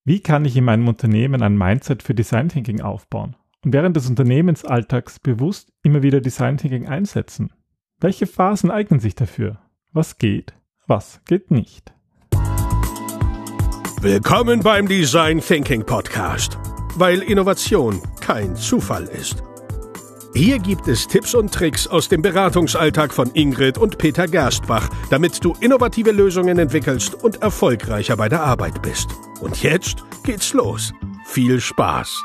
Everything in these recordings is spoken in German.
Wie kann ich in meinem Unternehmen ein Mindset für Design Thinking aufbauen und während des Unternehmensalltags bewusst immer wieder Design Thinking einsetzen? Welche Phasen eignen sich dafür? Was geht nicht? Willkommen beim Design Thinking Podcast, weil Innovation kein Zufall ist. Hier gibt es Tipps und Tricks aus dem Beratungsalltag von Ingrid und Peter Gerstbach, damit du innovative Lösungen entwickelst und erfolgreicher bei der Arbeit bist. Und jetzt geht's los. Viel Spaß!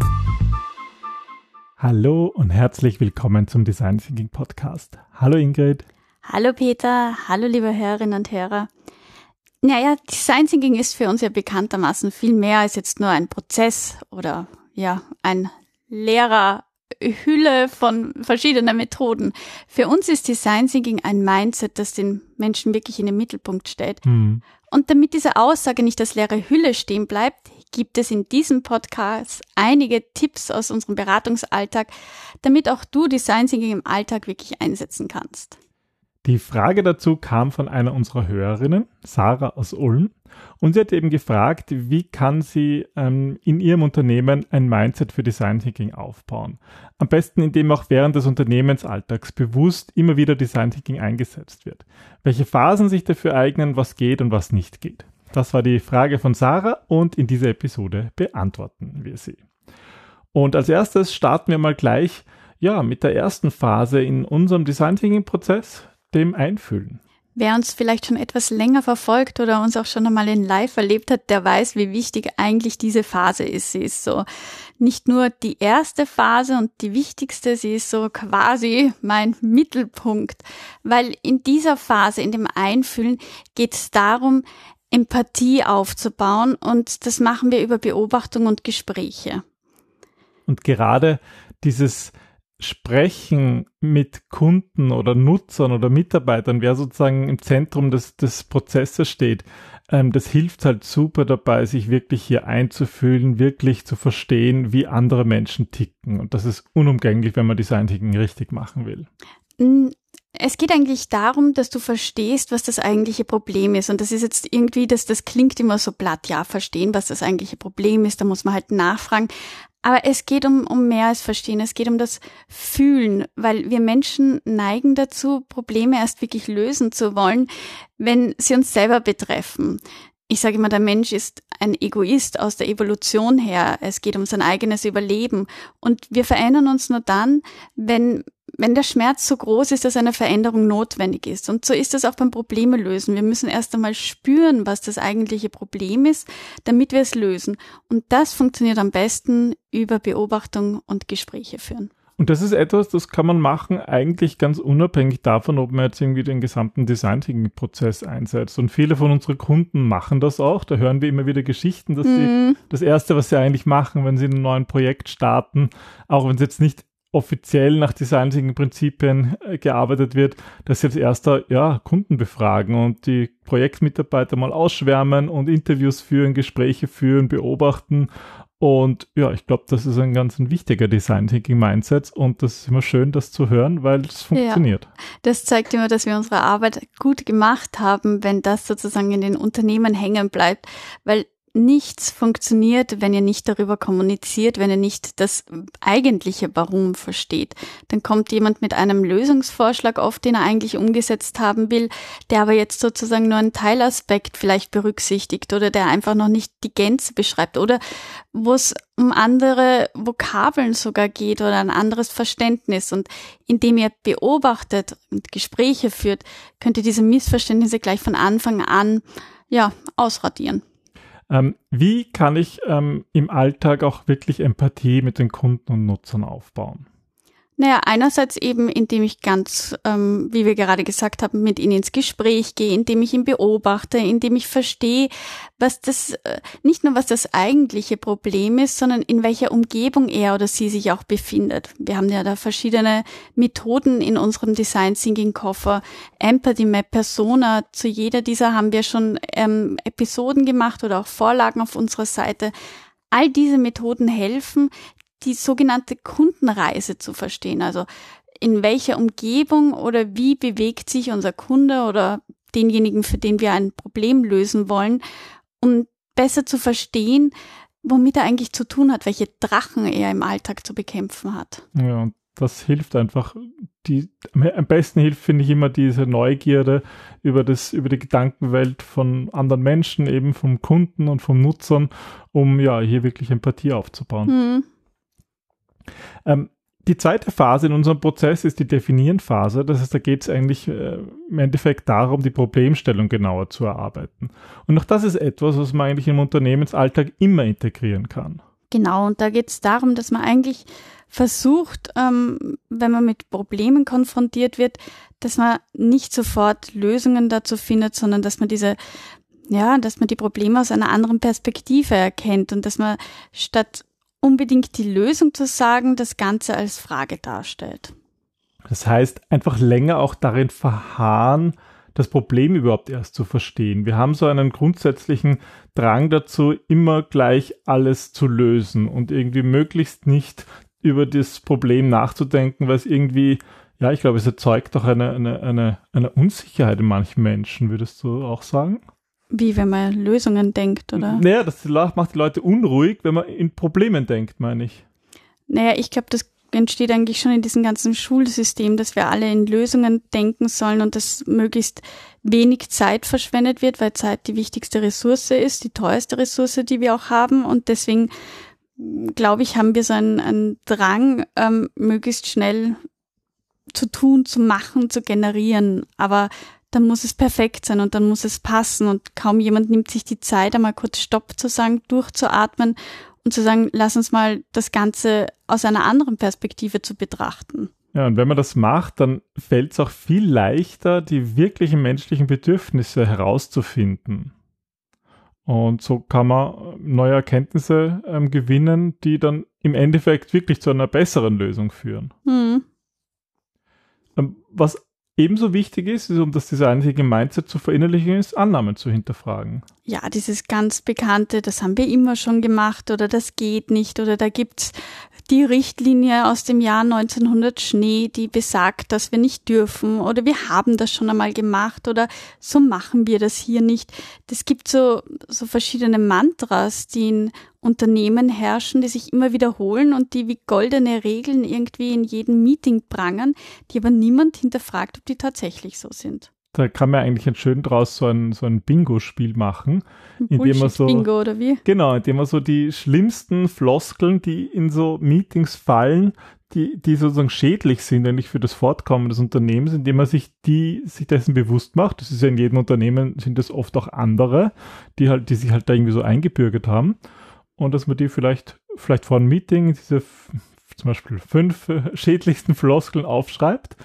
Hallo und herzlich willkommen zum Design Thinking Podcast. Hallo Ingrid. Hallo Peter, hallo liebe Hörerinnen und Hörer. Naja, Design Thinking ist für uns ja bekanntermaßen viel mehr als jetzt nur ein Prozess oder ja, ein leerer Hülle von verschiedenen Methoden. Für uns ist Design Thinking ein Mindset, das den Menschen wirklich in den Mittelpunkt stellt. Und damit diese Aussage nicht als leere Hülle stehen bleibt, gibt es in diesem Podcast einige Tipps aus unserem Beratungsalltag, damit auch du Design Thinking im Alltag wirklich einsetzen kannst. Die Frage dazu kam von einer unserer Hörerinnen, Sarah aus Ulm, und sie hat eben gefragt, wie kann sie in ihrem Unternehmen ein Mindset für Design Thinking aufbauen. Am besten, indem auch während des Unternehmensalltags bewusst immer wieder Design Thinking eingesetzt wird. Welche Phasen sich dafür eignen, was geht und was nicht geht. Das war die Frage von Sarah und in dieser Episode beantworten wir sie. Und als erstes starten wir mal gleich mit der ersten Phase in unserem Design Thinking Prozess, dem Einfühlen. Wer uns vielleicht schon etwas länger verfolgt oder uns auch schon einmal in Live erlebt hat, der weiß, wie wichtig eigentlich diese Phase ist. Sie ist so nicht nur die erste Phase und die wichtigste, sie ist so quasi mein Mittelpunkt, weil in dieser Phase, in dem Einfühlen, geht es darum, Empathie aufzubauen und das machen wir über Beobachtung und Gespräche. Und gerade dieses Sprechen mit Kunden oder Nutzern oder Mitarbeitern, wer sozusagen im Zentrum des Prozesses steht, das hilft halt super dabei, sich wirklich hier einzufühlen, wirklich zu verstehen, wie andere Menschen ticken. Und das ist unumgänglich, wenn man Design Thinking richtig machen will. Es geht eigentlich darum, dass du verstehst, was das eigentliche Problem ist. Und das ist jetzt irgendwie, das klingt immer so platt, ja, verstehen, was das eigentliche Problem ist, da muss man halt nachfragen. Aber es geht um mehr als Verstehen, es geht um das Fühlen, weil wir Menschen neigen dazu, Probleme erst wirklich lösen zu wollen, wenn sie uns selber betreffen. Ich sage immer, der Mensch ist ein Egoist aus der Evolution her. Es geht um sein eigenes Überleben. Und wir verändern uns nur dann, wenn der Schmerz so groß ist, dass eine Veränderung notwendig ist. Und so ist es auch beim Probleme lösen. Wir müssen erst einmal spüren, was das eigentliche Problem ist, damit wir es lösen. Und das funktioniert am besten über Beobachtung und Gespräche führen. Und das ist etwas, das kann man machen, eigentlich ganz unabhängig davon, ob man jetzt irgendwie den gesamten Design-Thinking-Prozess einsetzt. Und viele von unseren Kunden machen das auch. Da hören wir immer wieder Geschichten, dass sie das Erste, was sie eigentlich machen, wenn sie in einem neuen Projekt starten, auch wenn es jetzt nicht offiziell nach Design-Thinking-Prinzipien gearbeitet wird, dass sie als erster Kunden befragen und die Projektmitarbeiter mal ausschwärmen und Interviews führen, Gespräche führen, beobachten. Und ich glaube, das ist ein ganz wichtiger Design-Thinking-Mindset und das ist immer schön, das zu hören, weil es funktioniert. Ja, das zeigt immer, dass wir unsere Arbeit gut gemacht haben, wenn das sozusagen in den Unternehmen hängen bleibt, weil nichts funktioniert, wenn ihr nicht darüber kommuniziert, wenn ihr nicht das eigentliche Warum versteht. Dann kommt jemand mit einem Lösungsvorschlag oft, den er eigentlich umgesetzt haben will, der aber jetzt sozusagen nur einen Teilaspekt vielleicht berücksichtigt oder der einfach noch nicht die Gänze beschreibt oder wo es um andere Vokabeln sogar geht oder ein anderes Verständnis. Und indem ihr beobachtet und Gespräche führt, könnt ihr diese Missverständnisse gleich von Anfang an ausradieren. Wie kann ich im Alltag auch wirklich Empathie mit den Kunden und Nutzern aufbauen? Naja, einerseits eben, indem ich ganz, wie wir gerade gesagt haben, mit ihnen ins Gespräch gehe, indem ich ihn beobachte, indem ich verstehe, was das, nicht nur was das eigentliche Problem ist, sondern in welcher Umgebung er oder sie sich auch befindet. Wir haben ja da verschiedene Methoden in unserem Design Thinking Koffer. Empathy Map, Persona, zu jeder dieser haben wir schon Episoden gemacht oder auch Vorlagen auf unserer Seite. All diese Methoden helfen, die sogenannte Kundenreise zu verstehen. Also in welcher Umgebung oder wie bewegt sich unser Kunde oder denjenigen, für den wir ein Problem lösen wollen. Und besser zu verstehen, womit er eigentlich zu tun hat, welche Drachen er im Alltag zu bekämpfen hat. Ja, und das hilft einfach. Am besten hilft, finde ich, immer diese Neugierde über die Gedankenwelt von anderen Menschen, eben vom Kunden und vom Nutzern, um ja hier wirklich Empathie aufzubauen. Die zweite Phase in unserem Prozess ist die Definieren-Phase. Das heißt, da geht es eigentlich im Endeffekt darum, die Problemstellung genauer zu erarbeiten. Und auch das ist etwas, was man eigentlich im Unternehmensalltag immer integrieren kann. Genau, und da geht es darum, dass man eigentlich versucht, wenn man mit Problemen konfrontiert wird, dass man nicht sofort Lösungen dazu findet, sondern dass man dass man die Probleme aus einer anderen Perspektive erkennt und dass man statt unbedingt die Lösung zu sagen, das Ganze als Frage darstellt. Das heißt, einfach länger auch darin verharren, das Problem überhaupt erst zu verstehen. Wir haben so einen grundsätzlichen Drang dazu, immer gleich alles zu lösen und irgendwie möglichst nicht über das Problem nachzudenken, weil es irgendwie, ja, ich glaube, es erzeugt auch eine Unsicherheit in manchen Menschen, würdest du auch sagen? Wie, wenn man Lösungen denkt, oder? Naja, das macht die Leute unruhig, wenn man in Problemen denkt, meine ich. Naja, ich glaube, das entsteht eigentlich schon in diesem ganzen Schulsystem, dass wir alle in Lösungen denken sollen und dass möglichst wenig Zeit verschwendet wird, weil Zeit die wichtigste Ressource ist, die teuerste Ressource, die wir auch haben. Und deswegen, glaube ich, haben wir so einen Drang, möglichst schnell zu tun, zu machen, zu generieren. Aber dann muss es perfekt sein und dann muss es passen und kaum jemand nimmt sich die Zeit, einmal kurz Stopp zu sagen, durchzuatmen und zu sagen, lass uns mal das Ganze aus einer anderen Perspektive zu betrachten. Ja, und wenn man das macht, dann fällt es auch viel leichter, die wirklichen menschlichen Bedürfnisse herauszufinden. Und so kann man neue Erkenntnisse gewinnen, die dann im Endeffekt wirklich zu einer besseren Lösung führen. Was ebenso wichtig ist, um das designige Mindset zu verinnerlichen, ist, Annahmen zu hinterfragen. Ja, dieses ganz Bekannte, das haben wir immer schon gemacht oder das geht nicht oder da gibt's die Richtlinie aus dem Jahr 1900 Schnee, die besagt, dass wir nicht dürfen oder wir haben das schon einmal gemacht oder so machen wir das hier nicht. Das gibt so verschiedene Mantras, die in Unternehmen herrschen, die sich immer wiederholen und die wie goldene Regeln irgendwie in jedem Meeting prangern, die aber niemand hinterfragt, ob die tatsächlich so sind. Da kann man eigentlich schön draus so ein Bingo-Spiel machen. Bullshit-Bingo oder wie? Genau, indem man so die schlimmsten Floskeln, die in so Meetings fallen, die sozusagen schädlich sind eigentlich für das Fortkommen des Unternehmens, indem man sich dessen bewusst macht. Das ist ja in jedem Unternehmen, sind das oft auch andere, die sich halt da irgendwie so eingebürgert haben. Und dass man die vielleicht vor einem Meeting diese zum Beispiel 5 schädlichsten Floskeln aufschreibt.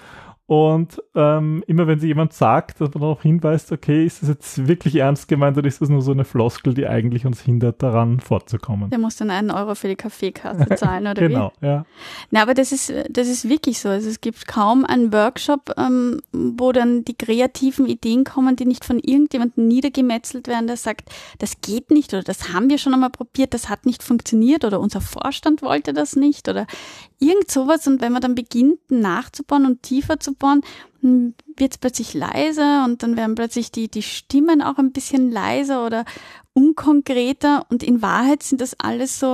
Und immer wenn sie jemand sagt, dass man darauf hinweist, okay, ist das jetzt wirklich ernst gemeint oder ist das nur so eine Floskel, die eigentlich uns hindert, daran fortzukommen? Der muss dann 1 Euro für die Kaffeekarte zahlen, oder genau, wie? Genau, ja. Na, aber das ist wirklich so. Also es gibt kaum einen Workshop, wo dann die kreativen Ideen kommen, die nicht von irgendjemandem niedergemetzelt werden, der sagt, das geht nicht oder das haben wir schon einmal probiert, das hat nicht funktioniert oder unser Vorstand wollte das nicht oder irgend sowas. Und wenn man dann beginnt nachzubauen und tiefer zu bauen, wird es plötzlich leiser und dann werden plötzlich die Stimmen auch ein bisschen leiser oder unkonkreter und in Wahrheit sind das alles so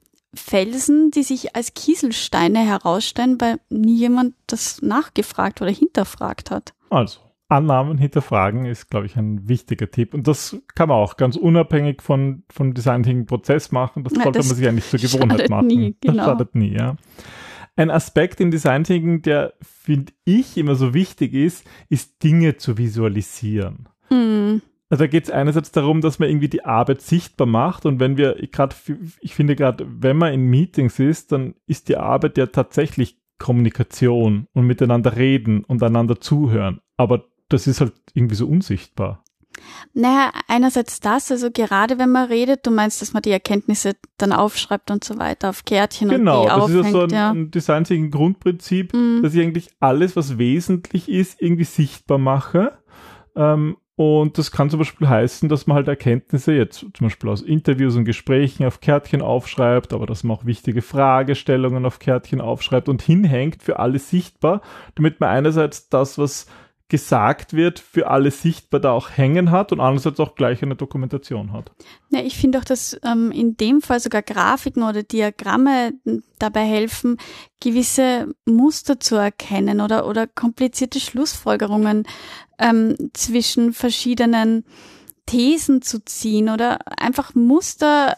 Felsen, die sich als Kieselsteine herausstellen, weil nie jemand das nachgefragt oder hinterfragt hat. Also, Annahmen hinterfragen ist, glaube ich, ein wichtiger Tipp. Und das kann man auch ganz unabhängig vom designigen Prozess machen. Das sollte man sich eigentlich zur Gewohnheit machen. Nie, genau. Das schadet nie, ja. Ein Aspekt im Design Thinking, der, finde ich, immer so wichtig ist Dinge zu visualisieren. Also da geht es einerseits darum, dass man irgendwie die Arbeit sichtbar macht und ich finde gerade, wenn man in Meetings ist, dann ist die Arbeit ja tatsächlich Kommunikation und miteinander reden und einander zuhören. Aber das ist halt irgendwie so unsichtbar. Naja, einerseits das, also gerade wenn man redet, du meinst, dass man die Erkenntnisse dann aufschreibt und so weiter auf Kärtchen und die aufhängt. Genau, das ist ja so ein Design-Thinking Grundprinzip, dass ich eigentlich alles, was wesentlich ist, irgendwie sichtbar mache. Und das kann zum Beispiel heißen, dass man halt Erkenntnisse jetzt zum Beispiel aus Interviews und Gesprächen auf Kärtchen aufschreibt, aber dass man auch wichtige Fragestellungen auf Kärtchen aufschreibt und hinhängt für alles sichtbar, damit man einerseits das, was gesagt wird, für alle sichtbar da auch hängen hat und andererseits auch gleich eine Dokumentation hat. Ja, ich finde auch, dass in dem Fall sogar Grafiken oder Diagramme dabei helfen, gewisse Muster zu erkennen oder komplizierte Schlussfolgerungen zwischen verschiedenen Thesen zu ziehen oder einfach Muster.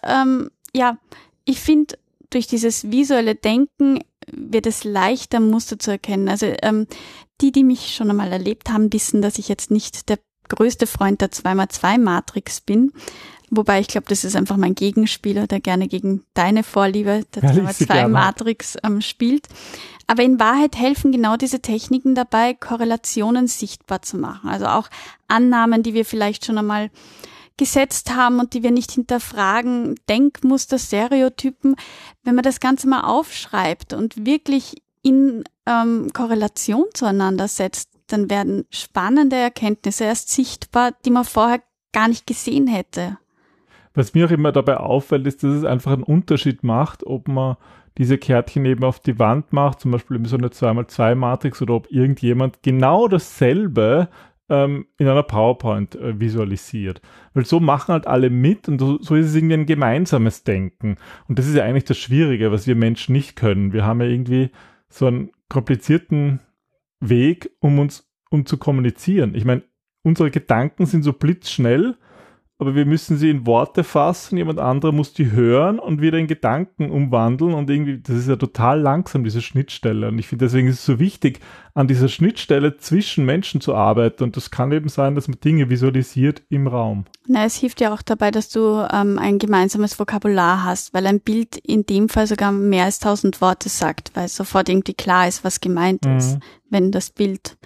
Ich finde, durch dieses visuelle Denken wird es leichter, Muster zu erkennen. Also die mich schon einmal erlebt haben, wissen, dass ich jetzt nicht der größte Freund der 2x2-Matrix bin. Wobei ich glaube, das ist einfach mein Gegenspieler, der gerne gegen deine Vorliebe der 2x2-Matrix spielt. Aber in Wahrheit helfen genau diese Techniken dabei, Korrelationen sichtbar zu machen. Also auch Annahmen, die wir vielleicht schon einmal gesetzt haben und die wir nicht hinterfragen, Denkmuster, Stereotypen. Wenn man das Ganze mal aufschreibt und wirklich in Korrelation zueinander setzt, dann werden spannende Erkenntnisse erst sichtbar, die man vorher gar nicht gesehen hätte. Was mir auch immer dabei auffällt, ist, dass es einfach einen Unterschied macht, ob man diese Kärtchen eben auf die Wand macht, zum Beispiel eben so eine 2x2-Matrix, oder ob irgendjemand genau dasselbe in einer PowerPoint visualisiert. Weil so machen halt alle mit und so ist es irgendwie ein gemeinsames Denken. Und das ist ja eigentlich das Schwierige, was wir Menschen nicht können. Wir haben ja irgendwie so einen komplizierten Weg, um zu kommunizieren. Ich meine, unsere Gedanken sind so blitzschnell, aber wir müssen sie in Worte fassen, jemand anderer muss die hören und wieder in Gedanken umwandeln und irgendwie, das ist ja total langsam, diese Schnittstelle. Und ich finde, deswegen ist es so wichtig, an dieser Schnittstelle zwischen Menschen zu arbeiten. Und das kann eben sein, dass man Dinge visualisiert im Raum. Na, es hilft ja auch dabei, dass du ein gemeinsames Vokabular hast, weil ein Bild in dem Fall sogar mehr als 1000 Worte sagt, weil sofort irgendwie klar ist, was gemeint ist, wenn das Bild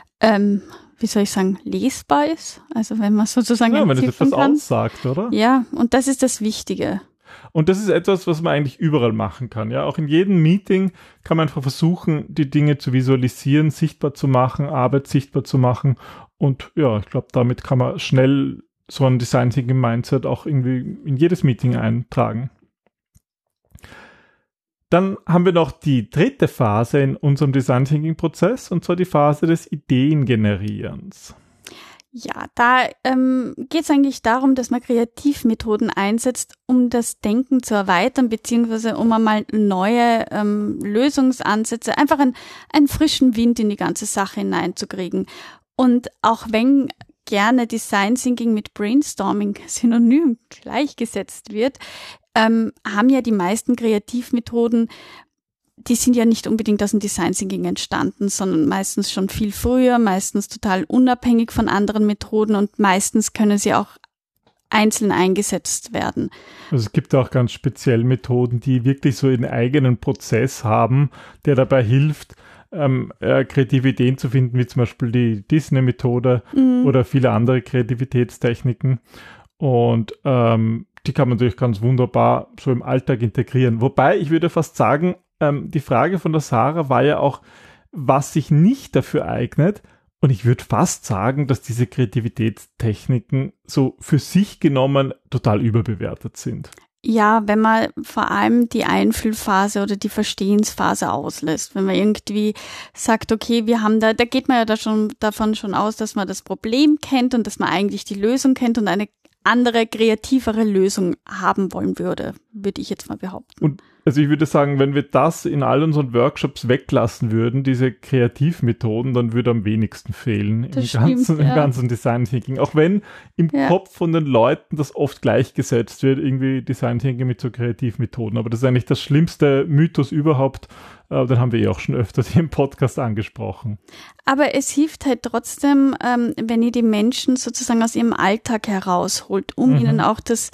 wie soll ich sagen, lesbar ist. Also wenn man sozusagen wenn es etwas kann. aussagt, oder? Ja, und das ist das Wichtige. Und das ist etwas, was man eigentlich überall machen kann. Ja, auch in jedem Meeting kann man einfach versuchen, die Dinge zu visualisieren, sichtbar zu machen, Arbeit sichtbar zu machen. Und ja, ich glaube, damit kann man schnell so ein Design Thinking Mindset auch irgendwie in jedes Meeting eintragen. Dann haben wir noch die dritte Phase in unserem Design Thinking Prozess, und zwar die Phase des Ideengenerierens. Ja, da geht es eigentlich darum, dass man Kreativmethoden einsetzt, um das Denken zu erweitern, beziehungsweise um einmal neue Lösungsansätze, einfach einen frischen Wind in die ganze Sache hineinzukriegen. Und auch wenn gerne Design Thinking mit Brainstorming synonym gleichgesetzt wird, haben ja die meisten Kreativmethoden, die sind ja nicht unbedingt aus dem Design Thinking entstanden, sondern meistens schon viel früher, meistens total unabhängig von anderen Methoden und meistens können sie auch einzeln eingesetzt werden. Also es gibt auch ganz speziell Methoden, die wirklich so einen eigenen Prozess haben, der dabei hilft, kreative Ideen zu finden, wie zum Beispiel die Disney-Methode oder viele andere Kreativitätstechniken. Und die kann man natürlich ganz wunderbar so im Alltag integrieren. Wobei, ich würde fast sagen, die Frage von der Sarah war ja auch, was sich nicht dafür eignet. Und ich würde fast sagen, dass diese Kreativitätstechniken so für sich genommen total überbewertet sind. Ja, wenn man vor allem die Einfühlphase oder die Verstehensphase auslässt. Wenn man irgendwie sagt, okay, wir haben da geht man ja davon schon aus, dass man das Problem kennt und dass man eigentlich die Lösung kennt und eine andere, kreativere Lösung haben wollen würde ich jetzt mal behaupten. Und also ich würde sagen, wenn wir das in all unseren Workshops weglassen würden, diese Kreativmethoden, dann würde am wenigsten fehlen im ganzen Design Thinking. Auch wenn im Kopf von den Leuten das oft gleichgesetzt wird, irgendwie Design Thinking mit so Kreativmethoden. Aber das ist eigentlich das schlimmste Mythos überhaupt. Den haben wir auch schon öfters hier im Podcast angesprochen. Aber es hilft halt trotzdem, wenn ihr die Menschen sozusagen aus ihrem Alltag herausholt, um ihnen auch das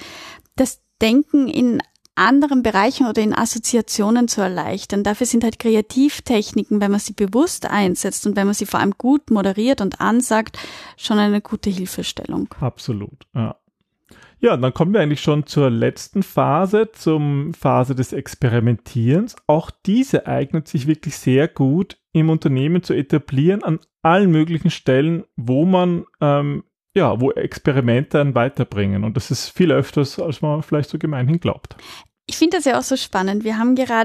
Denken in anderen Bereichen oder in Assoziationen zu erleichtern. Dafür sind halt Kreativtechniken, wenn man sie bewusst einsetzt und wenn man sie vor allem gut moderiert und ansagt, schon eine gute Hilfestellung. Absolut, ja. Ja, dann kommen wir eigentlich schon zur letzten Phase, zum Phase des Experimentierens. Auch diese eignet sich wirklich sehr gut im Unternehmen zu etablieren an allen möglichen Stellen, wo man wo Experimente einen weiterbringen. Und das ist viel öfters, als man vielleicht so gemeinhin glaubt. Ich finde das ja auch so spannend. Wir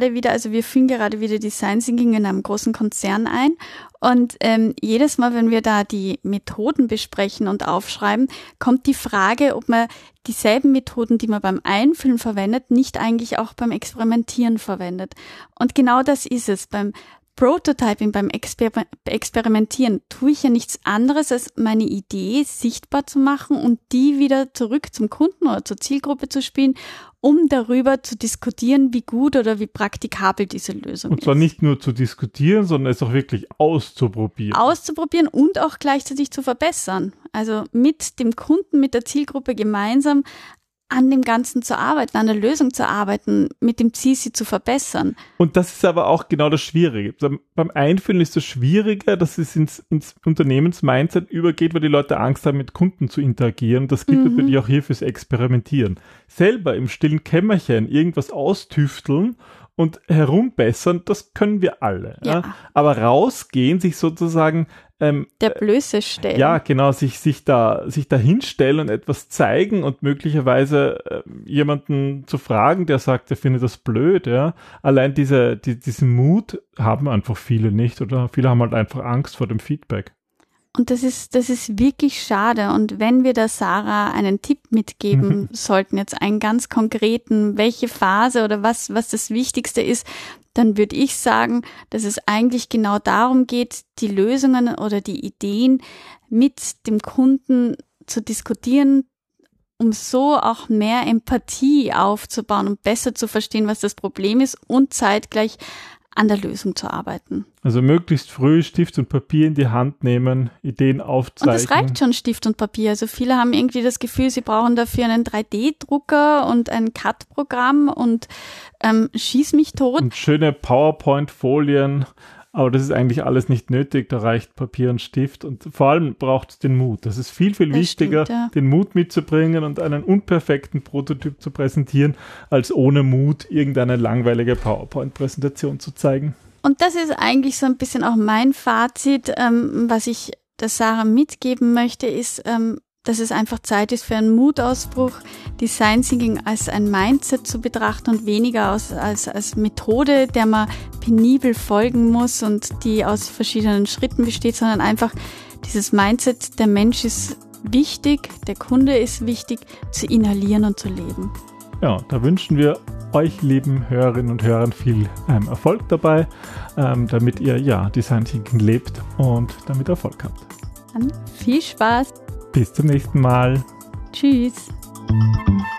führen gerade wieder Design Thinking in einem großen Konzern ein und jedes Mal, wenn wir da die Methoden besprechen und aufschreiben, kommt die Frage, ob man dieselben Methoden, die man beim Einfühlen verwendet, nicht eigentlich auch beim Experimentieren verwendet. Und genau das ist es. Beim Prototyping, beim Experimentieren tue ich ja nichts anderes, als meine Idee sichtbar zu machen und die wieder zurück zum Kunden oder zur Zielgruppe zu spielen, um darüber zu diskutieren, wie gut oder wie praktikabel diese Lösung ist. Und zwar nicht nur zu diskutieren, sondern es auch wirklich auszuprobieren. Auszuprobieren und auch gleichzeitig zu verbessern. Also mit dem Kunden, mit der Zielgruppe gemeinsam an dem Ganzen zu arbeiten, an der Lösung zu arbeiten, mit dem Ziel, sie zu verbessern. Und das ist aber auch genau das Schwierige. Beim Einführen ist es schwieriger, dass es ins Unternehmensmindset übergeht, weil die Leute Angst haben, mit Kunden zu interagieren. Das gilt natürlich auch hier fürs Experimentieren. Selber im stillen Kämmerchen irgendwas austüfteln und herumbessern, das können wir alle. Ja. Aber rausgehen, sich sozusagen der Blöße stellen. Ja, genau, sich da hinstellen und etwas zeigen und möglicherweise jemanden zu fragen, der sagt, er findet das blöd, ja. Allein diesen Mut haben einfach viele nicht oder viele haben halt einfach Angst vor dem Feedback. Und das ist wirklich schade. Und wenn wir der Sarah einen Tipp mitgeben sollten, jetzt einen ganz konkreten, welche Phase oder was das Wichtigste ist, dann würde ich sagen, dass es eigentlich genau darum geht, die Lösungen oder die Ideen mit dem Kunden zu diskutieren, um so auch mehr Empathie aufzubauen und besser zu verstehen, was das Problem ist und zeitgleich an der Lösung zu arbeiten. Also möglichst früh Stift und Papier in die Hand nehmen, Ideen aufzeichnen. Und das reicht schon, Stift und Papier. Also viele haben irgendwie das Gefühl, sie brauchen dafür einen 3D-Drucker und ein CAD-Programm und schieß mich tot. Und schöne PowerPoint-Folien, aber das ist eigentlich alles nicht nötig. Da reicht Papier und Stift und vor allem braucht es den Mut. Das ist viel, viel wichtiger, den Mut mitzubringen und einen unperfekten Prototyp zu präsentieren, als ohne Mut irgendeine langweilige PowerPoint-Präsentation zu zeigen. Und das ist eigentlich so ein bisschen auch mein Fazit, was ich der Sarah mitgeben möchte, ist, dass es einfach Zeit ist für einen Mutausbruch, Design Thinking als ein Mindset zu betrachten und weniger als Methode, der man penibel folgen muss und die aus verschiedenen Schritten besteht, sondern einfach dieses Mindset, der Mensch ist wichtig, der Kunde ist wichtig, zu inhalieren und zu leben. Ja, da wünschen wir euch, lieben Hörerinnen und Hörern, viel Erfolg dabei, damit ihr Design Thinking lebt und damit Erfolg habt. Dann viel Spaß. Bis zum nächsten Mal. Tschüss.